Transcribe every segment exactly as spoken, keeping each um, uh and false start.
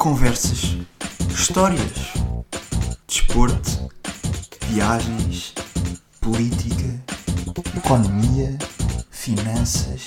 Conversas, histórias, desporto, viagens, política, economia, finanças.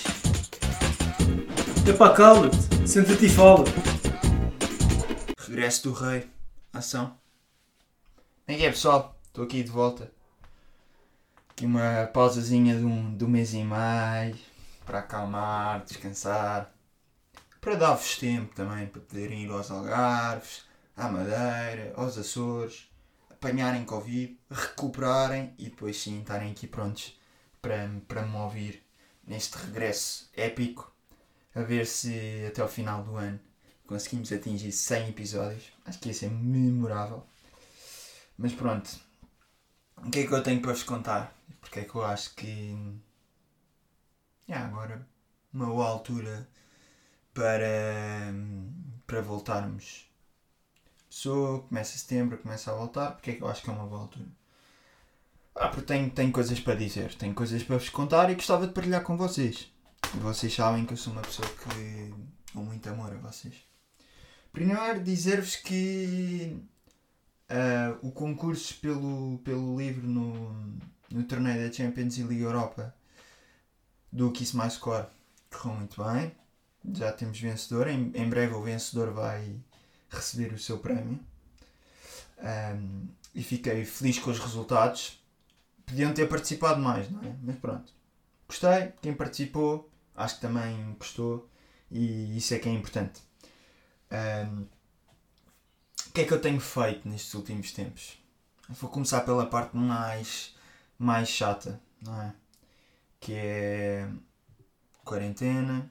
Epá, cala-te, senta-te e fala. Regresso do rei, ação. Como é que é, pessoal? Estou aqui de volta. Aqui uma pausazinha de um, de um mês e meio para acalmar, descansar, para dar-vos tempo também para poderem ir aos Algarves, à Madeira, aos Açores, apanharem Covid, recuperarem e depois sim estarem aqui prontos para, para me ouvir neste regresso épico, a ver se até ao final do ano conseguimos atingir cem episódios. Acho que ia ser memorável. Mas pronto, o que é que eu tenho para vos contar? Porque é que eu acho que é agora uma boa altura para, para voltarmos. Pessoa, começa setembro, começa a voltar. Porque é que eu acho que é uma boa altura? Ah, porque tenho, tenho coisas para dizer, tenho coisas para vos contar e gostava de partilhar com vocês. E vocês sabem que eu sou uma pessoa que dou muito amor a vocês. Primeiro dizer-vos que uh, o concurso pelo, pelo livro no, no torneio da Champions e Liga Europa do Kiss My Score correu muito bem. Já temos vencedor. Em, em breve o vencedor vai receber o seu prémio. Um, e fiquei feliz com os resultados. Podiam ter participado mais, não é? Mas pronto. Gostei. Quem participou, acho que também gostou. E isso é que é importante. Um, o que é que eu tenho feito nestes últimos tempos? Vou começar pela parte mais, mais chata, não é? Que é quarentena.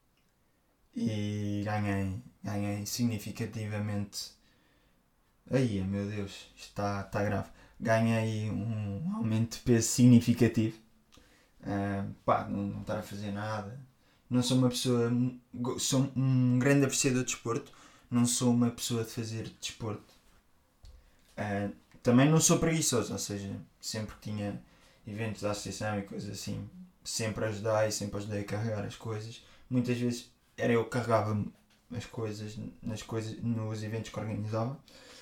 E ganhei, ganhei significativamente. Aí, meu Deus, isto está tá grave. Ganhei um aumento de peso significativo. Uh, pá, não, não estar a fazer nada. Não sou uma pessoa. Sou um grande apreciador de desporto. Não sou uma pessoa de fazer desporto. Uh, também não sou preguiçoso, ou seja, sempre que tinha eventos da associação e coisas assim, sempre ajudei, sempre ajudei a carregar as coisas. Muitas vezes era eu que carregava as coisas, nas coisas nos eventos que organizava.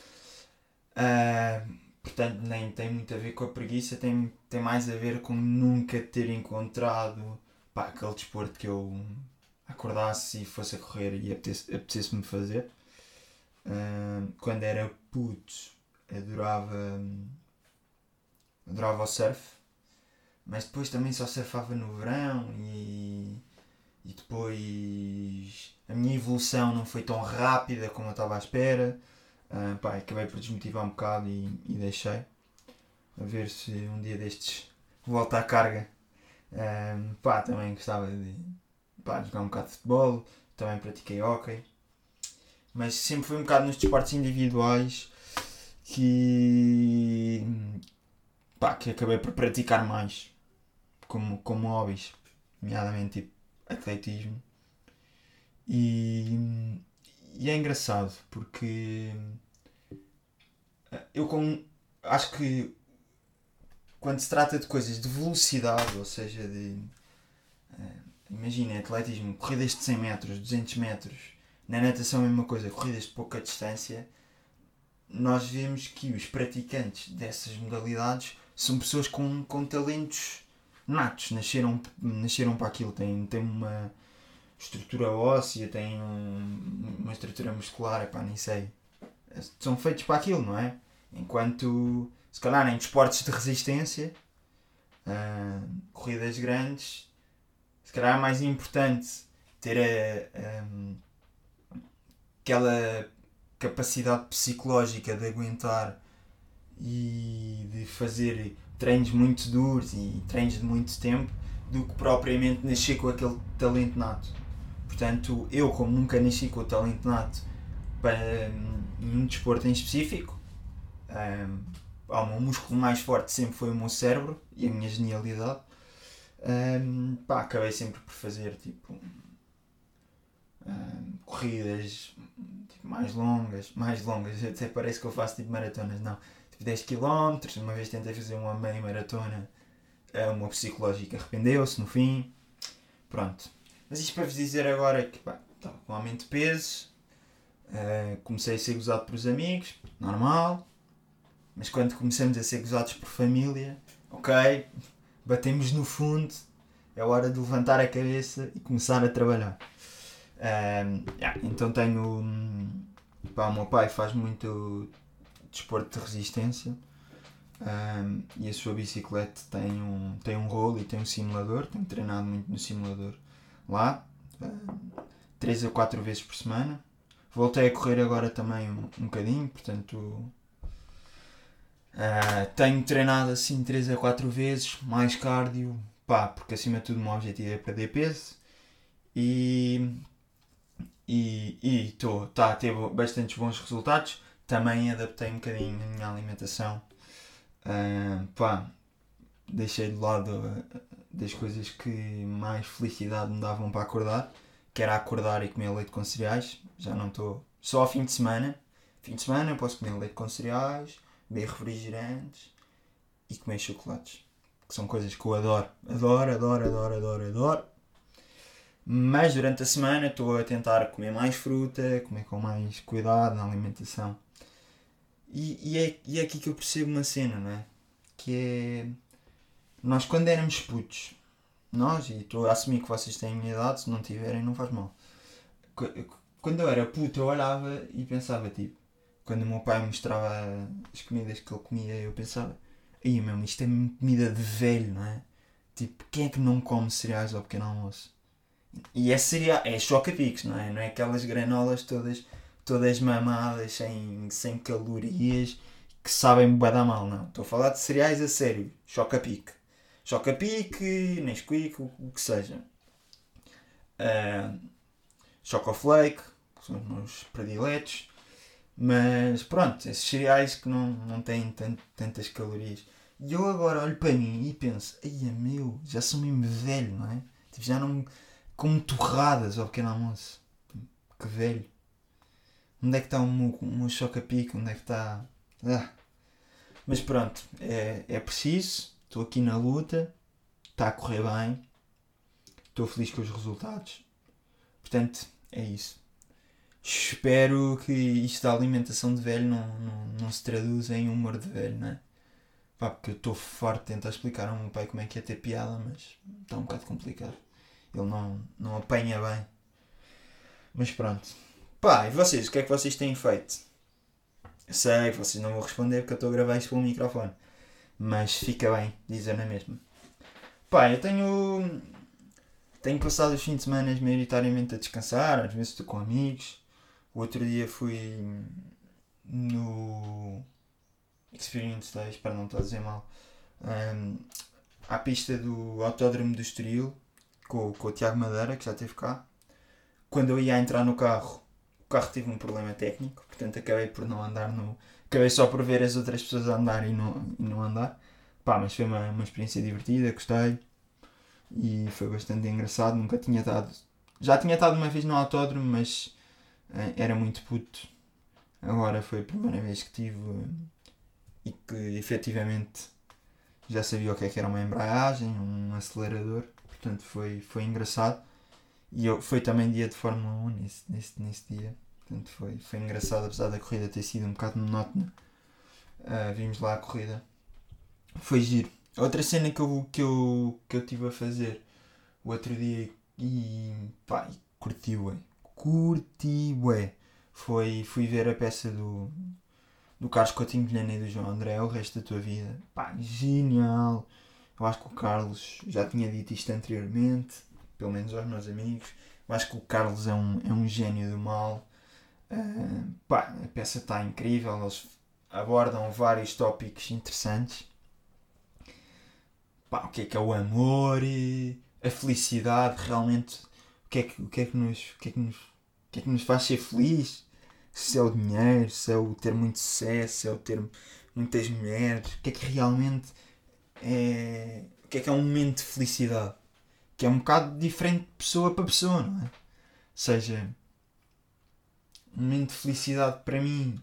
Uh, portanto, nem tem muito a ver com a preguiça, tem, tem mais a ver com nunca ter encontrado pá, aquele desporto que eu acordasse e fosse a correr e apetecesse, apetecesse-me fazer. Uh, quando era puto, adorava, adorava o surf, mas depois também só surfava no verão e. E depois a minha evolução não foi tão rápida como eu estava à espera. Uh, pá, acabei por desmotivar um bocado e, e deixei. A ver se um dia destes volto à carga. Uh, pá, também gostava de, pá, de jogar um bocado de futebol. Também pratiquei hóquei. Mas sempre foi um bocado nos desportos individuais que, pá, que acabei por praticar mais. Como, como hobbies. Nomeadamente tipo atletismo. E, e é engraçado porque eu como, acho que quando se trata de coisas de velocidade, ou seja, de uh, imagina atletismo, corridas de cem metros, duzentos metros, na natação a mesma coisa, corridas de pouca distância, nós vemos que os praticantes dessas modalidades são pessoas com, com talentos natos, nasceram, nasceram para aquilo, têm, têm uma estrutura óssea, têm um, uma estrutura muscular, epá, nem sei. São feitos para aquilo, não é? Enquanto, se calhar, em desportos de resistência, uh, corridas grandes, se calhar é mais importante ter a, um, aquela capacidade psicológica de aguentar e de fazer treinos muito duros e treinos de muito tempo do que propriamente nascer com aquele talento nato. Portanto, eu como nunca nasci com o talento nato para um desporto em específico, um, o meu músculo mais forte sempre foi o meu cérebro e a minha genialidade, um, pá, acabei sempre por fazer tipo um, corridas tipo, mais longas, mais longas, até parece que eu faço tipo maratonas, não. dez quilómetros, uma vez tentei fazer uma meia maratona, uma psicológica arrependeu-se no fim, pronto. Mas isto para vos dizer agora que pá, estava com aumento de peso, Uh, comecei a ser gozado pelos amigos, normal. Mas quando começamos a ser gozados por família, ok, batemos no fundo, é hora de levantar a cabeça e começar a trabalhar. Um, yeah, então tenho... Pá, o meu pai faz muito desporto de resistência. Um, e a sua bicicleta tem um, tem um rolo e tem um simulador. Tenho treinado muito no simulador lá, um, três a quatro vezes por semana. Voltei a correr agora também um, um bocadinho, portanto uh, tenho treinado assim três a quatro vezes, mais cardio, pá, porque acima de tudo o meu objetivo é perder peso e e estou tá, a ter bastantes bons resultados. Também adaptei um bocadinho a minha alimentação. Uh, pá, deixei de lado das coisas que mais felicidade me davam para acordar, que era acordar e comer leite com cereais. Já não estou. Só ao fim de semana. Fim de semana eu posso comer leite com cereais, beber refrigerantes e comer chocolates. Que são coisas que eu adoro. Adoro, adoro, adoro, adoro, adoro. Mas durante a semana estou a tentar comer mais fruta, comer com mais cuidado na alimentação. E, e, é, e é aqui que eu percebo uma cena, não é? Que é... Nós quando éramos putos, nós, e estou a assumir que vocês têm a minha idade, se não tiverem não faz mal. Quando eu era puto eu olhava e pensava tipo, quando o meu pai mostrava as comidas que ele comia, eu pensava, aí mesmo, isto é comida de velho, não é? Tipo, quem é que não come cereais ao pequeno almoço? E é cereal, é choca-picos, não é? Não é aquelas granolas todas, todas mamadas, sem, sem calorias, que sabem bué da mal, não. Estou a falar de cereais a sério, choca-pique. Choca-pique, Nesquik, o, o que seja. Uh, Chocoflake, que são os meus prediletos. Mas pronto, esses cereais que não, não têm tant, tantas calorias. E eu agora olho para mim e penso, ai meu, já sou mesmo velho, não é? Tipo, já não como torradas ao pequeno almoço. Que velho. Onde é que está o meu, o meu choca-pique? Onde é que está... Ah. Mas pronto, é, é preciso. Estou aqui na luta. Está a correr bem. Estou feliz com os resultados. Portanto, é isso. Espero que isto da alimentação de velho não, não, não se traduza em humor de velho, não é? Pá, porque eu estou farto de tentar explicar ao meu pai como é que é ter piada, mas está um bocado complicado. Ele não, não apanha bem. Mas pronto. Pá, e vocês? O que é que vocês têm feito? Eu sei que vocês não vão responder porque eu estou a gravar isto pelo microfone. Mas fica bem dizer na mesma. Pá, eu tenho... Tenho passado os fins de semana maioritariamente a descansar. Às vezes estou com amigos. O outro dia fui no Experience Day, espero não estar a dizer mal, um, à pista do Autódromo do Estoril, com, com o Tiago Madeira, que já esteve cá. Quando eu ia entrar no carro, o carro teve um problema técnico, portanto acabei por não andar no... Acabei só por ver as outras pessoas a andar e não, e não andar. Pá, mas foi uma, uma experiência divertida, gostei. E foi bastante engraçado, nunca tinha estado... Já tinha estado uma vez no autódromo, mas era muito puto. Agora foi a primeira vez que tive e que efetivamente já sabia o que é que era uma embreagem, um acelerador, portanto foi, foi engraçado. E eu, foi também dia de Fórmula um nesse, nesse, nesse dia, portanto foi, foi engraçado, apesar da corrida ter sido um bocado monótona. Uh, vimos lá a corrida, foi giro. Outra cena que eu, que eu, que eu tive a fazer o outro dia e pá, curti ué, curti ué, foi, fui ver a peça do, do Carlos Coutinho Vilhena e do João André, O Resto da Tua Vida. Pá, genial. Eu acho que o Carlos, já tinha dito isto anteriormente, pelo menos aos meus amigos, eu acho que o Carlos é um, é um gênio do mal. Uh, pá, a peça está incrível, eles abordam vários tópicos interessantes. Pá, o que é que é o amor, a felicidade, realmente, o que é que, o que, é que, nos, o que, é que, nos, o que é que nos faz ser feliz? Se é o dinheiro, se é o ter muito sucesso, se é o ter muitas mulheres, o que é que realmente é, o que é que é um momento de felicidade? Que é um bocado diferente de pessoa para pessoa, não é? Ou seja, um momento de felicidade para mim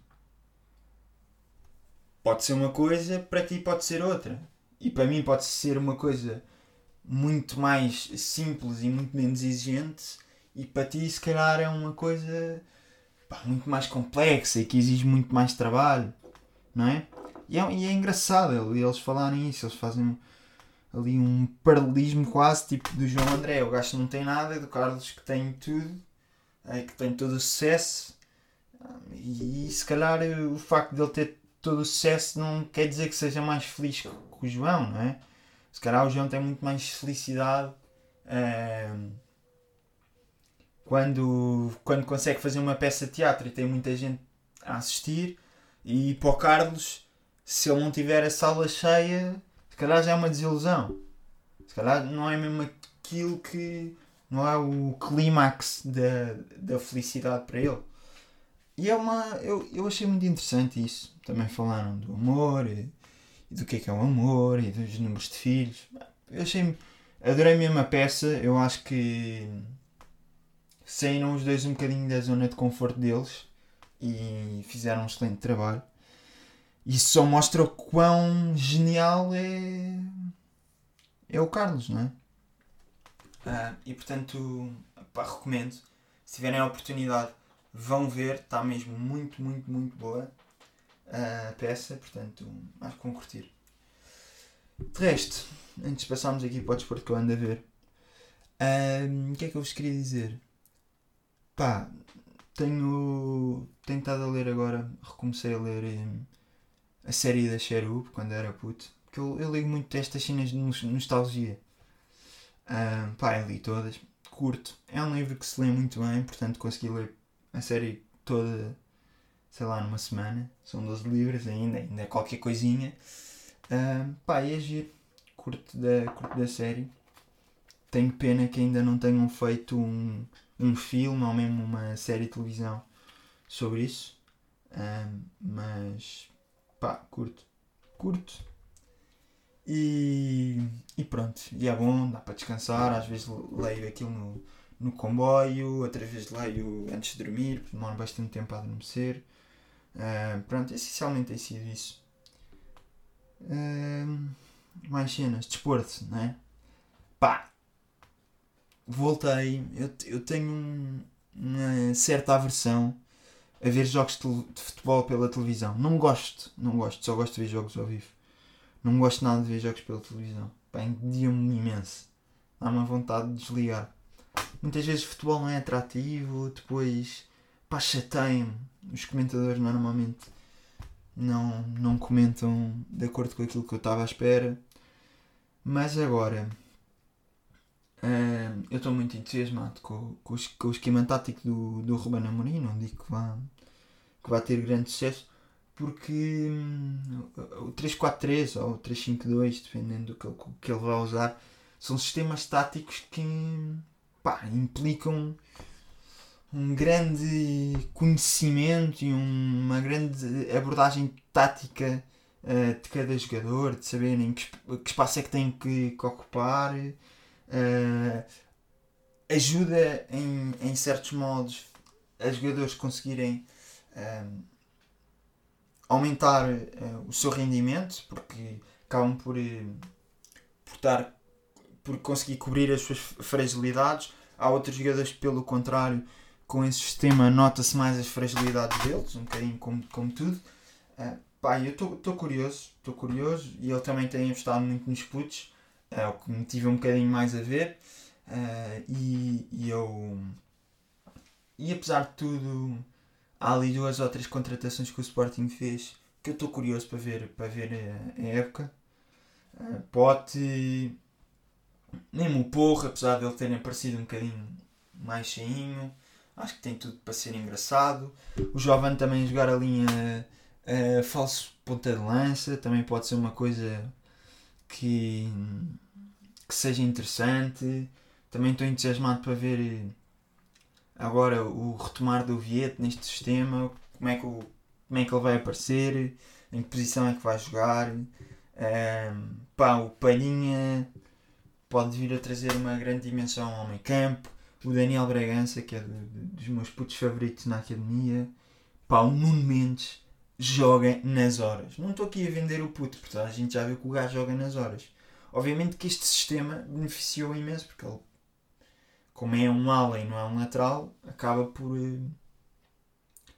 pode ser uma coisa, para ti pode ser outra. E para mim pode ser uma coisa muito mais simples e muito menos exigente, e para ti se calhar é uma coisa pá, muito mais complexa e que exige muito mais trabalho, não é? E é, e é engraçado eles falarem isso, eles fazem ali um paralelismo quase tipo do João André, o gajo que não tem nada, e do Carlos que tem tudo, é, que tem todo o sucesso, e, e se calhar o facto de ele ter todo o sucesso não quer dizer que seja mais feliz que, que o João, não é? Se calhar o João tem muito mais felicidade é, quando, quando consegue fazer uma peça de teatro e tem muita gente a assistir, e para o Carlos, se ele não tiver a sala cheia, se calhar já é uma desilusão. Se calhar não é mesmo aquilo que. Não é o clímax da, da felicidade para ele. E é uma. Eu, eu achei muito interessante isso. Também falaram do amor e, e do que é que é o amor e dos números de filhos. Eu achei. Adorei mesmo a peça. Eu acho que saíram os dois um bocadinho da zona de conforto deles e fizeram um excelente trabalho. Isso só mostra o quão genial é, é o Carlos, não é? Ah, e portanto, pá, recomendo. Se tiverem a oportunidade, vão ver. Está mesmo muito, muito, muito boa a peça. Portanto, acho que vão curtir. De resto, antes de passarmos aqui para o desporto que eu ando a ver, ah, o que é que eu vos queria dizer? Pá, tenho, tenho estado a ler agora, recomecei a ler um, a série da Cherub, quando era puto, porque eu, eu ligo muito destas cenas de nostalgia. Um, pá, eu li todas, curto. É um livro que se lê muito bem, portanto consegui ler a série toda, sei lá, numa semana. São doze livros ainda, ainda é qualquer coisinha. Um, pá, e é giro, curto da, curto da série. Tenho pena que ainda não tenham feito um, um filme ou mesmo uma série de televisão sobre isso. Um, mas, pá, curto. Curto. E, e pronto. E é bom, dá para descansar. Às vezes leio aquilo no, no comboio, outras vezes leio antes de dormir, porque demora bastante tempo a adormecer. Um, pronto, essencialmente tem sido isso. Um, mais cenas. Desporto, não é? Pá! Voltei, eu, eu tenho um, uma certa aversão a ver jogos de, de futebol pela televisão. Não gosto, não gosto, só gosto de ver jogos ao vivo. Não gosto nada de ver jogos pela televisão. Pá, entedia-me imenso. Dá-me a vontade de desligar. Muitas vezes o futebol não é atrativo, depois, pá, chateia-me. Os comentadores normalmente não, não comentam de acordo com aquilo que eu estava à espera. Mas agora... Uh, eu estou muito entusiasmado com, com, os, com o esquema tático do, do Ruben Amorim. Não digo que vá, que vá ter grande sucesso, porque hum, o três quatro três ou o três cinco dois, dependendo do que, que ele vai usar, são sistemas táticos que, pá, implicam um grande conhecimento e um, uma grande abordagem tática uh, de cada jogador, de saberem que, que espaço é que têm que, que ocupar. Uh, ajuda em, em certos modos a jogadores conseguirem uh, aumentar uh, o seu rendimento, porque acabam por, uh, por, dar, por conseguir cobrir as suas fragilidades. Há outros jogadores que, pelo contrário, com esse sistema nota-se mais as fragilidades deles, um bocadinho como, como tudo. Uh, pá, eu estou curioso, estou curioso, e ele também tem apostado muito nos putos. É o que me tive um bocadinho mais a ver, uh, e, e eu e apesar de tudo há ali duas ou três contratações que o Sporting fez que eu estou curioso para ver, para ver a, a época. Uh, Pote, mesmo o Porro, apesar de ele terem parecido um bocadinho mais cheinho, acho que tem tudo para ser engraçado. O Jovem também jogar a linha uh, falso ponta de lança também pode ser uma coisa que, que seja interessante. Também estou entusiasmado para ver agora o retomar do Vieto neste sistema, como é que, o, como é que ele vai aparecer, em que posição é que vai jogar. Um, pá, o Palhinha pode vir a trazer uma grande dimensão ao meio campo. O Daniel Bragança, que é do, dos meus putos favoritos na academia. Pá, o Nuno Mendes joga nas horas. Não estou aqui a vender o puto, porque a gente já viu que o gajo joga nas horas. Obviamente que este sistema beneficiou imenso, porque ele, como é um ala e não é um lateral, acaba por,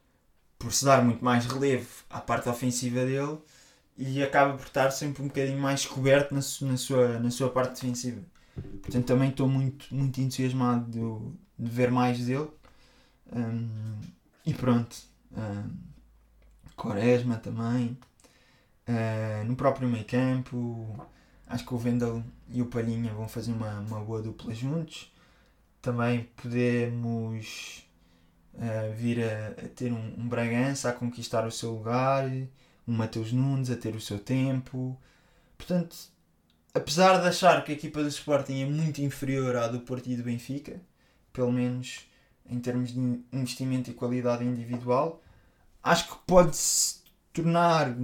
por se dar muito mais relevo à parte ofensiva dele e acaba por estar sempre um bocadinho mais coberto na, su- na, sua, na sua parte defensiva. Portanto, também estou muito, muito entusiasmado de, de ver mais dele. Um, e pronto. Um, Quaresma também. Uh, no próprio meio campo, acho que o Vendel e o Palhinha vão fazer uma, uma boa dupla juntos. Também podemos uh, vir a, a ter um, um Bragança a conquistar o seu lugar, um Mateus Nunes a ter o seu tempo. Portanto, apesar de achar que a equipa do Sporting é muito inferior à do Porto e do Benfica, pelo menos em termos de investimento e qualidade individual, acho que pode se tornar,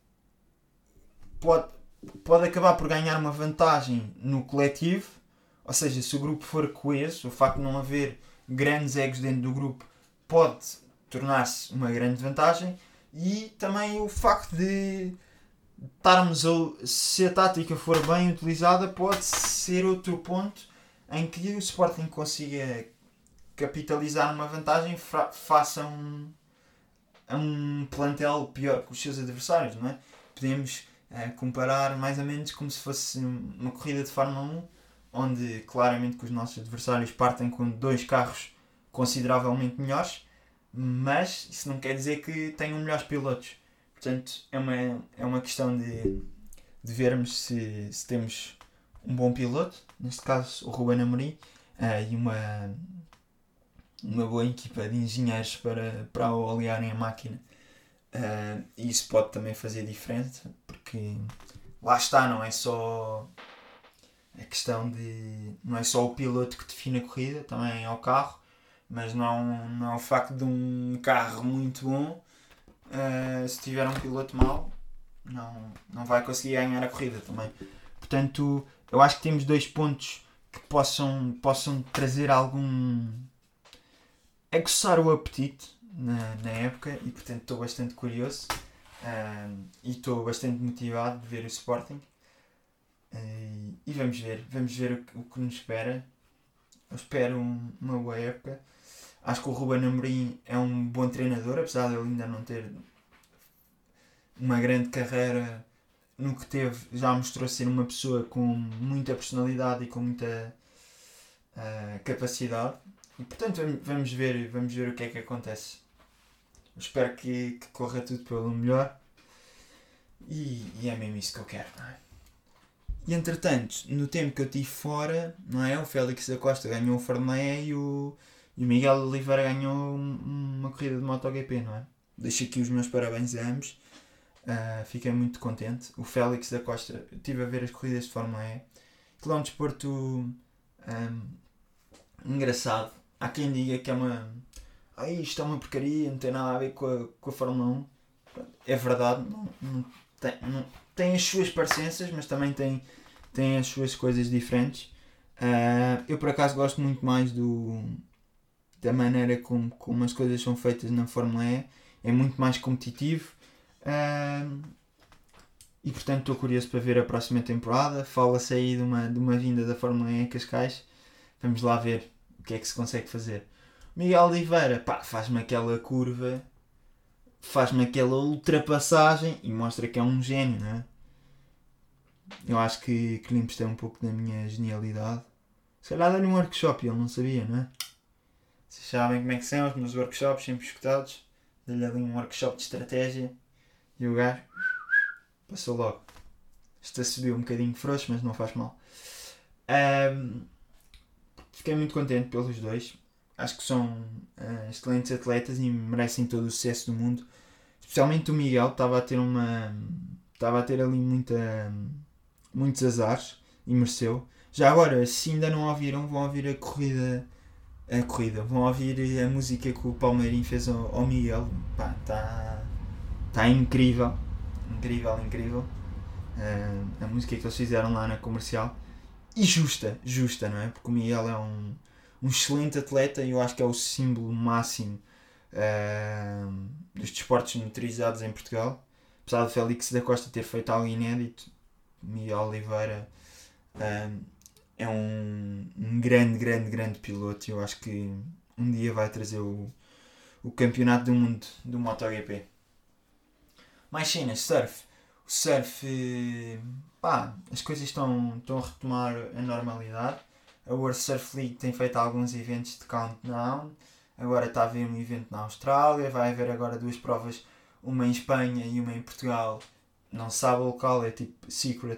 pode, pode acabar por ganhar uma vantagem no coletivo. Ou seja, se o grupo for coeso, o facto de não haver grandes egos dentro do grupo pode tornar-se uma grande vantagem. E também o facto de estarmos a, se a tática for bem utilizada, pode ser outro ponto em que o Sporting consiga capitalizar numa vantagem fra- face a um, a um plantel pior que os seus adversários, não é? Podemos uh, comparar mais ou menos como se fosse uma corrida de Fórmula um, onde claramente que os nossos adversários partem com dois carros consideravelmente melhores, mas isso não quer dizer que tenham melhores pilotos. Portanto, é uma, é uma questão de, de vermos se, se temos um bom piloto, neste caso o Ruben Amorim, uh, e uma, uma boa equipa de engenheiros para, para o aliarem a máquina. Uh, e isso pode também fazer diferença, porque lá está, não é só a questão de... não é só o piloto que define a corrida, também é o carro, mas não, não é o facto de um carro muito bom, uh, se tiver um piloto mau, não, não vai conseguir ganhar a corrida também. Portanto, eu acho que temos dois pontos que possam, possam trazer algum... aguçar o apetite na, na época, e portanto estou bastante curioso uh, e estou bastante motivado de ver o Sporting. Uh, e vamos ver, vamos ver o que, o que nos espera. Eu espero um, uma boa época. Acho que o Ruben Amorim é um bom treinador, apesar de ele ainda não ter uma grande carreira no que teve. Já mostrou ser uma pessoa com muita personalidade e com muita uh, capacidade. E portanto vamos ver, vamos ver o que é que acontece. Eu espero que, que corra tudo pelo melhor. E, e é mesmo isso que eu quero, não é? E entretanto, no tempo que eu estive fora, não é? O Félix da Costa ganhou o Fórmula E e o, e o Miguel Oliveira ganhou um, uma corrida de MotoGP, não é? Deixo aqui os meus parabéns a ambos. Uh, fiquei muito contente. O Félix da Costa, eu estive a ver as corridas de Fórmula E. Aquilo é um desporto um, engraçado. Há quem diga que é uma... Ah, isto é uma porcaria, não tem nada a ver com a, com a Fórmula um. É verdade, não, não tem... Não, tem as suas parecenças, mas também tem, tem as suas coisas diferentes. Uh, eu por acaso gosto muito mais do, da maneira como, como as coisas são feitas na Fórmula E. É muito mais competitivo. Uh, e portanto estou curioso para ver a próxima temporada. Fala-se aí de uma, de uma vinda da Fórmula E em Cascais. Vamos lá ver o que é que se consegue fazer. Miguel Oliveira, pá, faz-me aquela curva, faz-me aquela ultrapassagem e mostra que é um gênio, não é? Eu acho que, que lhe emprestei um pouco da minha genialidade. Se calhar dá-lhe um workshop e ele não sabia, não é? Vocês sabem como é que são os meus workshops, sempre escutados. Dei-lhe ali um workshop de estratégia e o gajo passou logo. Esta subiu um bocadinho frouxo, mas não faz mal. Um, fiquei muito contente pelos dois. Acho que são uh, excelentes atletas e merecem todo o sucesso do mundo. Especialmente o Miguel, estava a ter uma... Estava a ter ali muita, muitos azares e mereceu. Já agora, se ainda não ouviram, vão ouvir a corrida. A corrida. Vão ouvir a música que o Palmeirinho fez ao, ao Miguel. Pá, está tá incrível. Incrível, incrível. Uh, a música que eles fizeram lá na comercial. E justa, justa, não é? Porque o Miguel é um, um excelente atleta e eu acho que é o símbolo máximo uh, dos desportos motorizados em Portugal. Apesar de Félix da Costa ter feito algo inédito, Miguel Oliveira um, é um, um grande, grande, grande piloto e eu acho que um dia vai trazer o, o campeonato do mundo do MotoGP. Mais cenas, surf. O surf, pá, as coisas estão, estão a retomar a normalidade. A World Surf League tem feito alguns eventos de countdown. Agora está a haver um evento na Austrália. Vai haver agora duas provas, uma em Espanha e uma em Portugal. Não se sabe o local, é tipo secret.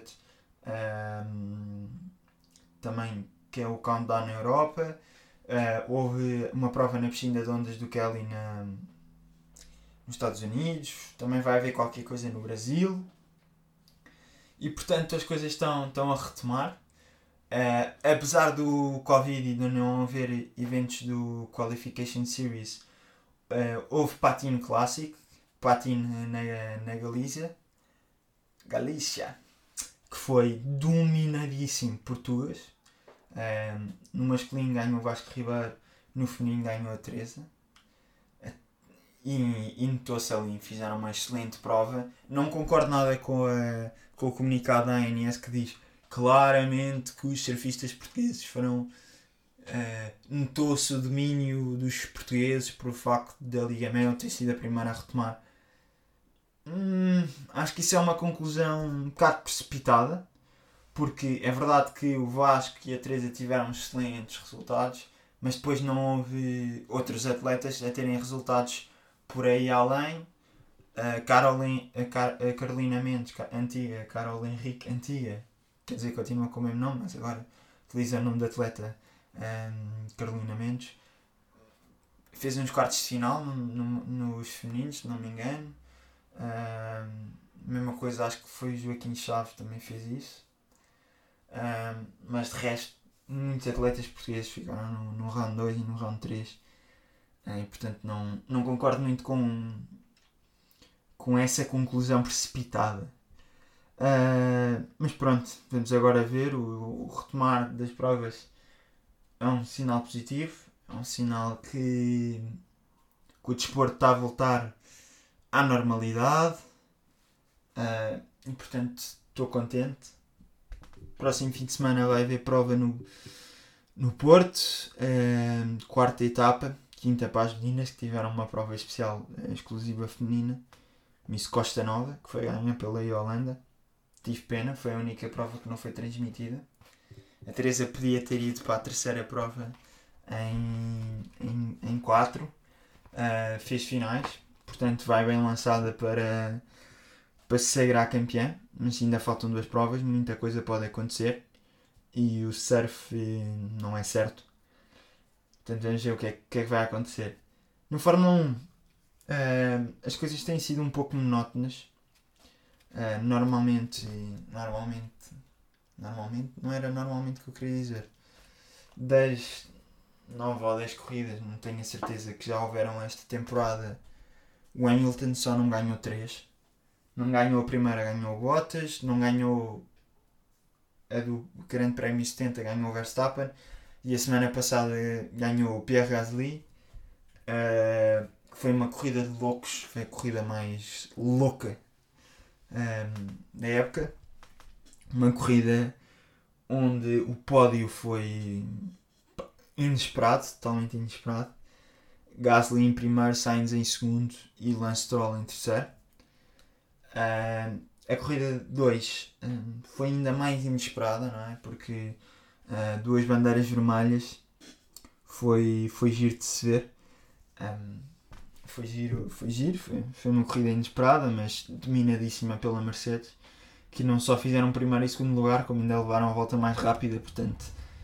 Um, também que é o countdown na Europa. Uh, houve uma prova na piscina de ondas do Kelly na, nos Estados Unidos. Também vai haver qualquer coisa no Brasil. E portanto as coisas estão, estão a retomar. Uh, apesar do Covid e de não haver eventos do Qualification Series, uh, houve Patin Classic, Patin na, na Galícia, Galícia, que foi dominadíssimo por Tugas. Uh, no masculino ganhou o Vasco Ribeiro, no feminino ganhou a Teresa. Uh, e, e notou-se ali, fizeram uma excelente prova. Não concordo nada com, a, com o comunicado da A N S que diz claramente que os surfistas portugueses foram... Uh, notou-se o domínio dos portugueses por o facto da Liga Mel ter sido a primeira a retomar. Hum, acho que isso é uma conclusão um bocado precipitada, porque é verdade que o Vasco e a Teresa tiveram excelentes resultados, mas depois não houve outros atletas a terem resultados por aí além. A, Caroline, a, Car, a Carolina Mendes, antiga, a Carol Henrique, antiga, quer dizer, continua com o mesmo nome, mas agora utiliza o nome de atleta, um, Carolina Mendes, fez uns quartos de final no, no, nos femininos, se não me engano. Um, mesma coisa, acho que foi o Joaquim Chaves também fez isso. Um, mas de resto, muitos atletas portugueses ficaram no, no round dois e no round três. Uh, e portanto não, não concordo muito com, com essa conclusão precipitada. Uh, mas pronto, vamos agora ver o, o retomar das provas. É um sinal positivo, é um sinal que, que o desporto está a voltar à normalidade. Uh, e portanto estou contente. Próximo fim de semana vai haver prova no, no Porto, uh, quarta etapa, quinta para as meninas que tiveram uma prova especial uh, exclusiva feminina, Miss Costa Nova, que foi ganha pela Yolanda. Tive pena, foi a única prova que não foi transmitida. A Teresa podia ter ido para a terceira prova em, em, em quatro, uh, fez finais, portanto vai bem lançada para, para se sagrar campeã, mas ainda faltam duas provas, muita coisa pode acontecer e o surf não é certo, portanto vamos ver o que é que, é que vai acontecer. No Fórmula um uh, as coisas têm sido um pouco monótonas. Uh, normalmente, normalmente, normalmente, não era normalmente o que eu queria dizer, das nove ou dez corridas, não tenho a certeza que já houveram esta temporada, o Hamilton só não ganhou três, não ganhou a primeira, ganhou o Bottas, não ganhou a do Grande Prémio setenta, ganhou o Verstappen, e a semana passada ganhou o Pierre Gasly, uh, que foi uma corrida de loucos, foi a corrida mais louca Um, na época, uma corrida onde o pódio foi inesperado, totalmente inesperado. Gasly em primeiro, Sainz em segundo e Lance Stroll em terceiro. Um, a corrida dois um, foi ainda mais inesperada, não é? Porque uh, duas bandeiras vermelhas foi, foi giro de se ver. Um, Foi giro, foi giro, foi, foi uma corrida inesperada, mas dominadíssima pela Mercedes, que não só fizeram primeiro e segundo lugar, como ainda levaram a volta mais rápida, portanto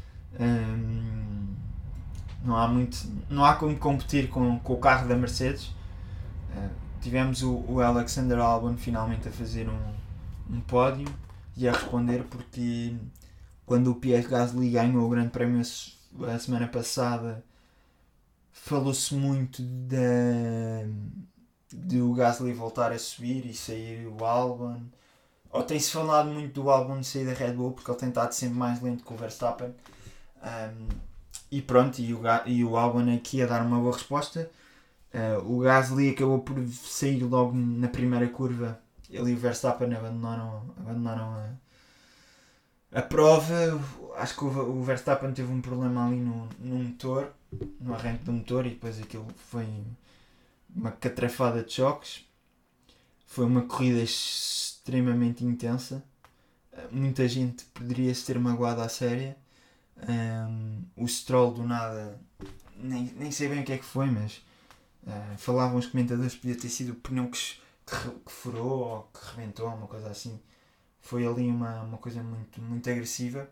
hum, não há muito, não há como competir com, com o carro da Mercedes. Uh, tivemos o, o Alexander Albon finalmente a fazer um, um pódio e a responder, porque quando o Pierre Gasly ganhou o Grande Prémio a semana passada, falou-se muito de, de o Gasly voltar a subir e sair o Albon, ou tem-se falado muito do Albon sair da Red Bull, porque ele tem estado sempre mais lento que o Verstappen. Um, e pronto, e o, e o Albon aqui a dar uma boa resposta. Uh, o Gasly acabou por sair logo na primeira curva, ele e o Verstappen abandonaram, abandonaram a, a prova. Acho que o, o Verstappen teve um problema ali no, no motor, no arranque do motor, e depois aquilo foi, uma catrafada de choques. Foi uma corrida extremamente intensa. Muita gente poderia se ter magoado à séria. Um, o Stroll do nada, nem, nem sei bem o que é que foi, mas uh, falavam os comentadores que podia ter sido o pneu que, que, que furou ou que rebentou, uma coisa assim. Foi ali uma, uma coisa muito, muito agressiva.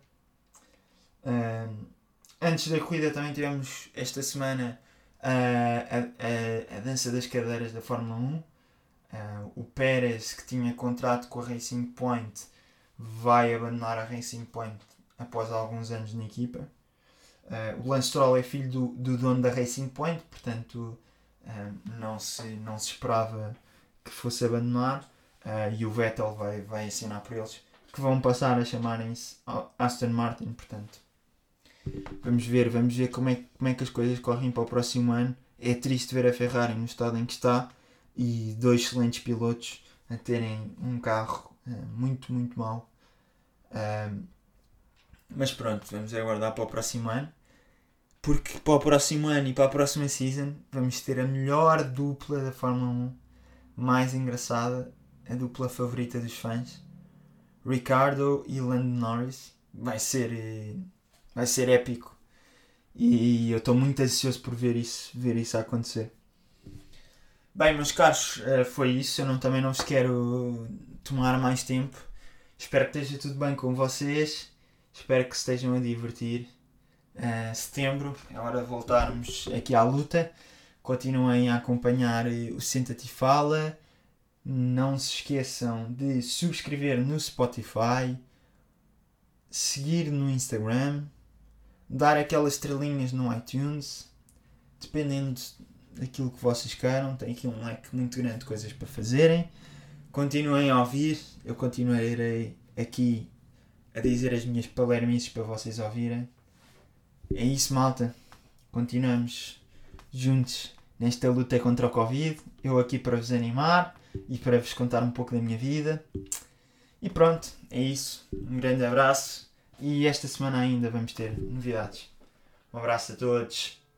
Um, antes da corrida também tivemos esta semana uh, a, a, a dança das cadeiras da Fórmula um. Uh, o Pérez, que tinha contrato com a Racing Point, vai abandonar a Racing Point após alguns anos na equipa. Uh, o Lance Stroll é filho do, do dono da Racing Point, portanto uh, não, se, não se esperava que fosse abandonar. Uh, e o Vettel vai, vai assinar por eles, que vão passar a chamarem-se Aston Martin. Portanto, vamos ver, vamos ver como é, como é que as coisas correm para o próximo ano. É triste ver a Ferrari no estado em que está e dois excelentes pilotos a terem um carro uh, muito, muito mau. Uh, mas pronto, vamos aguardar para o próximo ano, porque para o próximo ano e para a próxima season vamos ter a melhor dupla da Fórmula um, mais engraçada, a dupla favorita dos fãs, Ricciardo e Lando Norris. Vai ser, vai ser épico e eu estou muito ansioso por ver isso, ver isso acontecer. Bem, meus caros, foi isso. Eu não, também não vos quero tomar mais tempo. Espero que esteja tudo bem com vocês. Espero que se estejam a divertir. Uh, setembro, é hora de voltarmos aqui à luta. Continuem a acompanhar o Senta-te e Fala. Não se esqueçam de subscrever no Spotify, seguir no Instagram, dar aquelas estrelinhas no iTunes, dependendo daquilo que vocês queiram. Tem aqui um leque muito grande de coisas para fazerem. Continuem a ouvir, eu continuarei aqui a dizer as minhas palermices para vocês ouvirem. É isso, malta. Continuamos juntos nesta luta contra o Covid. Eu aqui para vos animar e para vos contar um pouco da minha vida. E pronto, é isso. Um grande abraço. E esta semana ainda vamos ter novidades. Um abraço a todos.